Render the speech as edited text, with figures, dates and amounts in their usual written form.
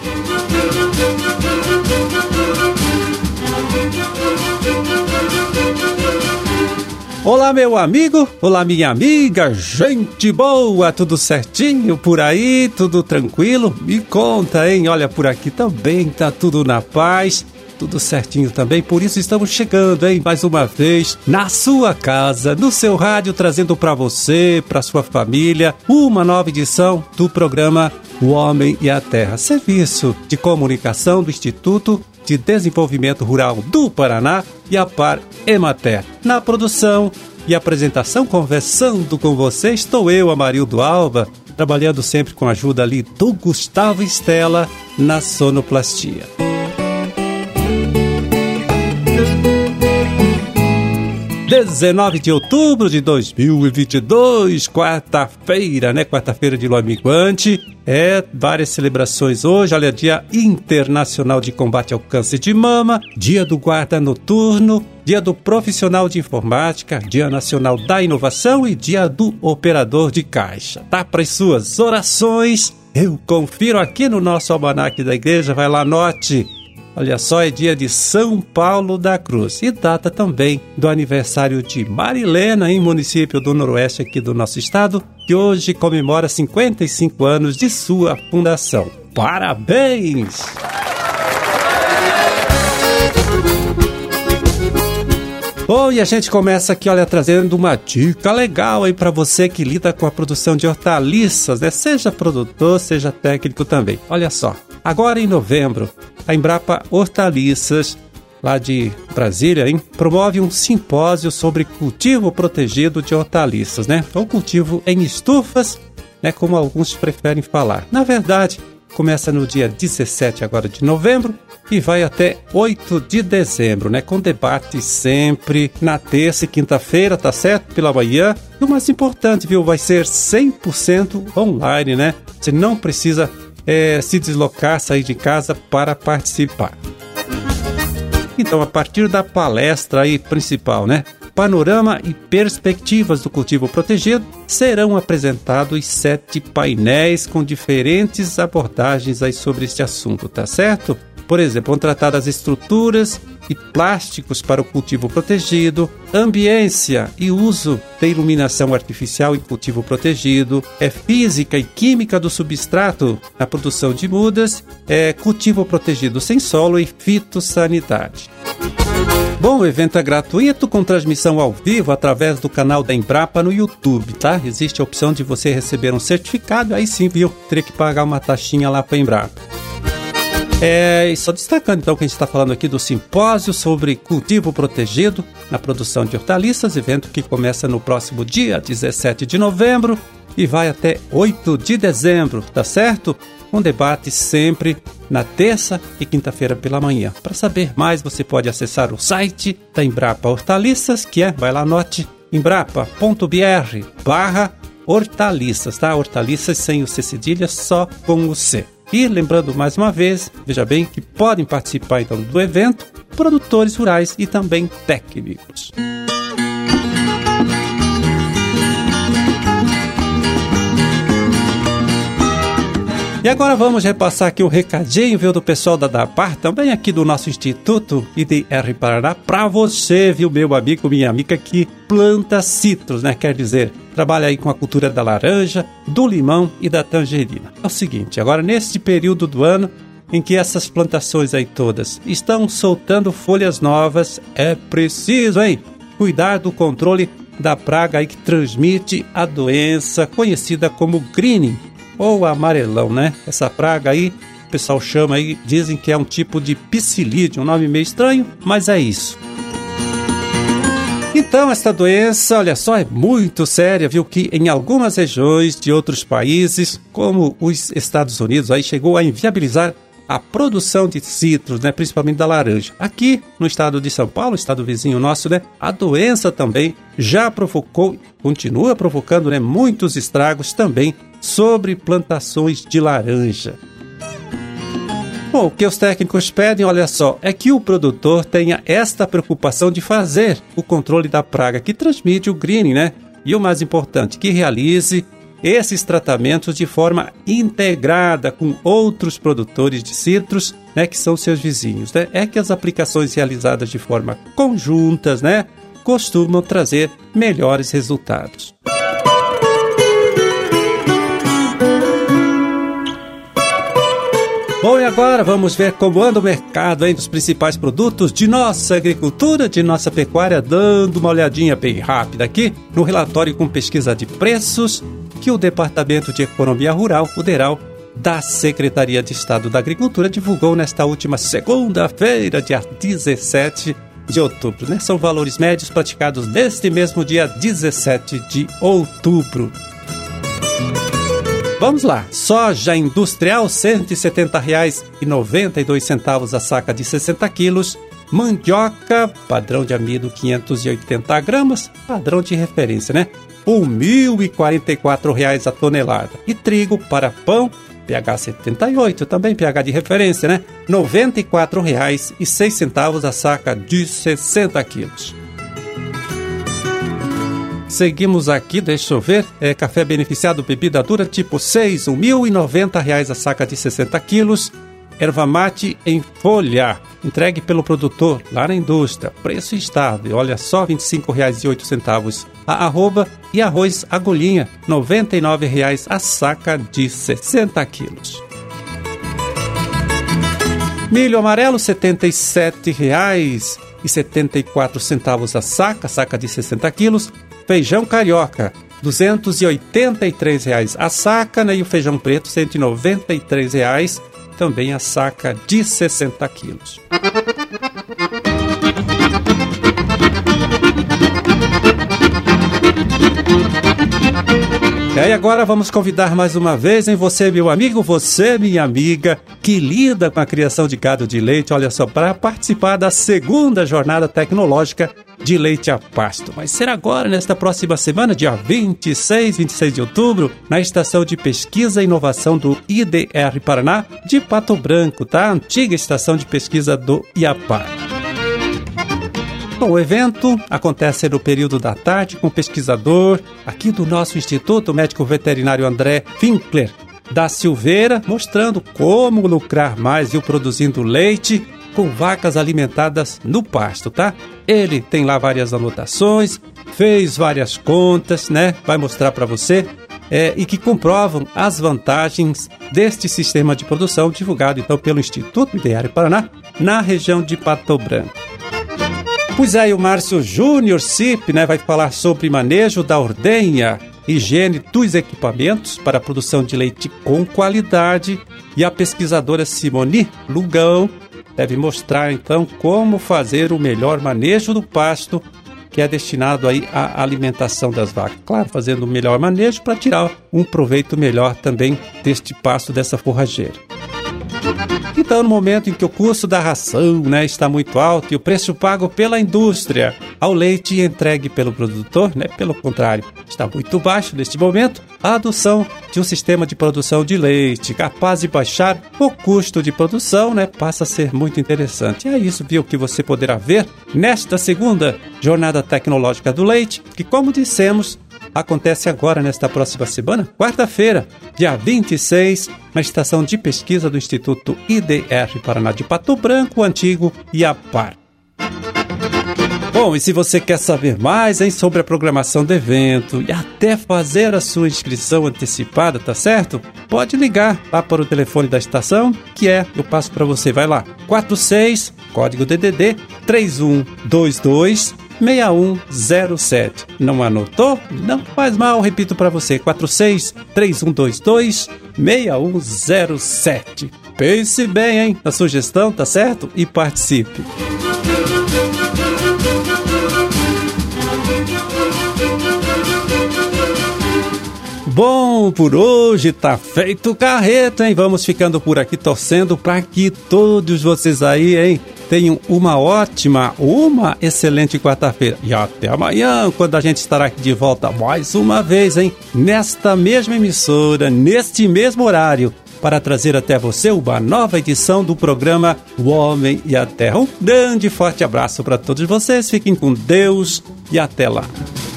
Olá, meu amigo, olá, minha amiga, gente boa, tudo certinho por aí, tudo tranquilo? Me conta, hein? Olha, por aqui também tá tudo na paz, tudo certinho também, por isso estamos chegando, hein? Mais uma vez, na sua casa, no seu rádio, trazendo para você, para sua família, uma nova edição do programa O Homem e a Terra, serviço de comunicação do Instituto de Desenvolvimento Rural do Paraná e a Par Emater. Na produção e apresentação, conversando com você, estou eu, Amarildo Alba, trabalhando sempre com a ajuda ali do Gustavo Estela na sonoplastia. (19 de outubro de 2022, quarta-feira, né? Quarta-feira de lua minguante. Várias celebrações hoje. Olha, Dia Internacional de Combate ao Câncer de Mama, Dia do Guarda Noturno, Dia do Profissional de Informática, Dia Nacional da Inovação e Dia do Operador de Caixa. Tá? Para as suas orações, eu confiro aqui no nosso almanaque da igreja. Vai lá, anote. Olha só, é dia de São Paulo da Cruz e data também do aniversário de Marilena, em município do Noroeste aqui do nosso estado, que hoje comemora 55 anos de sua fundação. Parabéns! Bom, e a gente começa aqui, olha, trazendo uma dica legal aí para você que lida com a produção de hortaliças, né? Seja produtor, seja técnico também. Olha só, agora em novembro, a Embrapa Hortaliças, lá de Brasília, hein, promove um simpósio sobre cultivo protegido de hortaliças, né? Ou cultivo em estufas, né? Como alguns preferem falar. Na verdade, começa no dia 17 agora de novembro e vai até 8 de dezembro, né? Com debate sempre na terça e quinta-feira, tá certo? Pela manhã. E o mais importante, viu? Vai ser 100% online, né? Você não precisa se deslocar, sair de casa para participar. Então, a partir da palestra aí principal, né? Panorama e perspectivas do cultivo protegido, serão apresentados 7 painéis com diferentes abordagens aí sobre este assunto, tá certo? Por exemplo, vão tratar das estruturas e plásticos para o cultivo protegido, ambiência e uso da iluminação artificial em cultivo protegido, física e química do substrato na produção de mudas, cultivo protegido sem solo e fitossanidade. Bom, o evento é gratuito com transmissão ao vivo através do canal da Embrapa no YouTube, tá? Existe a opção de você receber um certificado, aí sim, viu? Teria que pagar uma taxinha lá para a Embrapa. E só destacando então que a gente está falando aqui do simpósio sobre cultivo protegido na produção de hortaliças, evento que começa no próximo dia 17 de novembro e vai até 8 de dezembro, tá certo? Um debate sempre na terça e quinta-feira pela manhã. Para saber mais, você pode acessar o site da Embrapa Hortaliças, que vai lá, anote, embrapa.br/hortaliças, tá? Hortaliças sem o C cedilha, só com o C. E lembrando mais uma vez, veja bem, que podem participar então do evento produtores rurais e também técnicos. E agora vamos repassar aqui um recadinho, viu, do pessoal da DAPAR, também aqui do nosso Instituto IDR Paraná, para você, viu, meu amigo, minha amiga, que planta citros, né? Quer dizer, trabalha aí com a cultura da laranja, do limão e da tangerina. É o seguinte, agora neste período do ano em que essas plantações aí todas estão soltando folhas novas, é preciso, hein, cuidar do controle da praga aí que transmite a doença conhecida como greening, ou amarelão, né? Essa praga aí, o pessoal chama aí, dizem que é um tipo de psilídeo, um nome meio estranho, mas é isso. Então, essa doença, olha só, é muito séria, viu? Que em algumas regiões de outros países, como os Estados Unidos, aí chegou a inviabilizar a produção de citros, né? Principalmente da laranja. Aqui no estado de São Paulo, estado vizinho nosso, né? A doença também já provocou, continua provocando, né? Muitos estragos também sobre plantações de laranja. Bom, o que os técnicos pedem, olha só, é que o produtor tenha esta preocupação de fazer o controle da praga que transmite o greening, né? E o mais importante, que realize esses tratamentos de forma integrada com outros produtores de citros, né, que são seus vizinhos, né? É que as aplicações realizadas de forma conjuntas, né, costumam trazer melhores resultados. Bom, e agora vamos ver como anda o mercado dos principais produtos de nossa agricultura, de nossa pecuária, dando uma olhadinha bem rápida aqui no relatório com pesquisa de preços que o Departamento de Economia Rural, o DERAL, da Secretaria de Estado da Agricultura, divulgou nesta última segunda-feira, dia 17 de outubro, né? São valores médios praticados neste mesmo dia 17 de outubro. Vamos lá, soja industrial R$ 170,92 a saca de 60 quilos, mandioca, padrão de amido 580 gramas, padrão de referência, né? R$ 1.044 a tonelada. E trigo para pão, pH 78, também pH de referência, né? R$ 94,06 a saca de 60 quilos. Seguimos aqui, deixa eu ver, café beneficiado, bebida dura tipo 6, R$ 1.090 a saca de 60 quilos. Erva mate em folha, entregue pelo produtor lá na indústria, preço estável, olha só, R$ 25,08 a arroba. E arroz agulhinha, R$ 99,00 a saca de 60 quilos. Milho amarelo, R$ 77,74 a saca de 60 quilos. Feijão carioca, R$ 283,00 a saca, né? E o feijão preto, R$ 193,00, também a saca de 60 quilos. E agora vamos convidar mais uma vez, você, meu amigo, você, minha amiga, que lida com a criação de gado de leite, olha só, para participar da segunda jornada tecnológica de leite a pasto. Vai ser agora, nesta próxima semana, dia 26 de outubro, na Estação de Pesquisa e Inovação do IDR Paraná, de Pato Branco, tá? A antiga Estação de Pesquisa do IAPAR. Bom, o evento acontece no período da tarde com o pesquisador aqui do nosso Instituto, o médico veterinário André Finkler da Silveira, mostrando como lucrar mais e produzindo leite com vacas alimentadas no pasto, tá? Ele tem lá várias anotações, fez várias contas, né? Vai mostrar para você e que comprovam as vantagens deste sistema de produção divulgado então pelo Instituto IDR Paraná na região de Pato Branco. Pois é, o Márcio Júnior CIP, né, vai falar sobre manejo da ordenha, higiene dos equipamentos para a produção de leite com qualidade, e a pesquisadora Simone Lugão deve mostrar então como fazer o melhor manejo do pasto que é destinado aí à alimentação das vacas. Claro, fazendo o melhor manejo para tirar um proveito melhor também deste pasto, dessa forrageira. Então, no momento em que o custo da ração, né, está muito alto e o preço pago pela indústria ao leite entregue pelo produtor, né, pelo contrário, está muito baixo neste momento, a adoção de um sistema de produção de leite capaz de baixar o custo de produção, né, passa a ser muito interessante. É isso, viu, que você poderá ver nesta segunda jornada tecnológica do leite, que, como dissemos, acontece agora nesta próxima semana, quarta-feira, dia 26, na Estação de Pesquisa do Instituto IDR Paraná de Pato Branco, antigo IAPAR. Bom, e se você quer saber mais sobre a programação do evento e até fazer a sua inscrição antecipada, tá certo? Pode ligar lá para o telefone da estação, eu passo para você, vai lá, 46, código DDD 3122 6107. Não anotou? Não faz mal, repito para você, 46-3122-6107. Pense bem, hein, na sugestão, tá certo? E participe. Bom, por hoje tá feito o carreto, hein? Vamos ficando por aqui torcendo para que todos vocês aí, hein, tenham uma excelente quarta-feira. E até amanhã, quando a gente estará aqui de volta mais uma vez, hein? Nesta mesma emissora, neste mesmo horário, para trazer até você uma nova edição do programa O Homem e a Terra. Um grande e forte abraço para todos vocês, fiquem com Deus e até lá.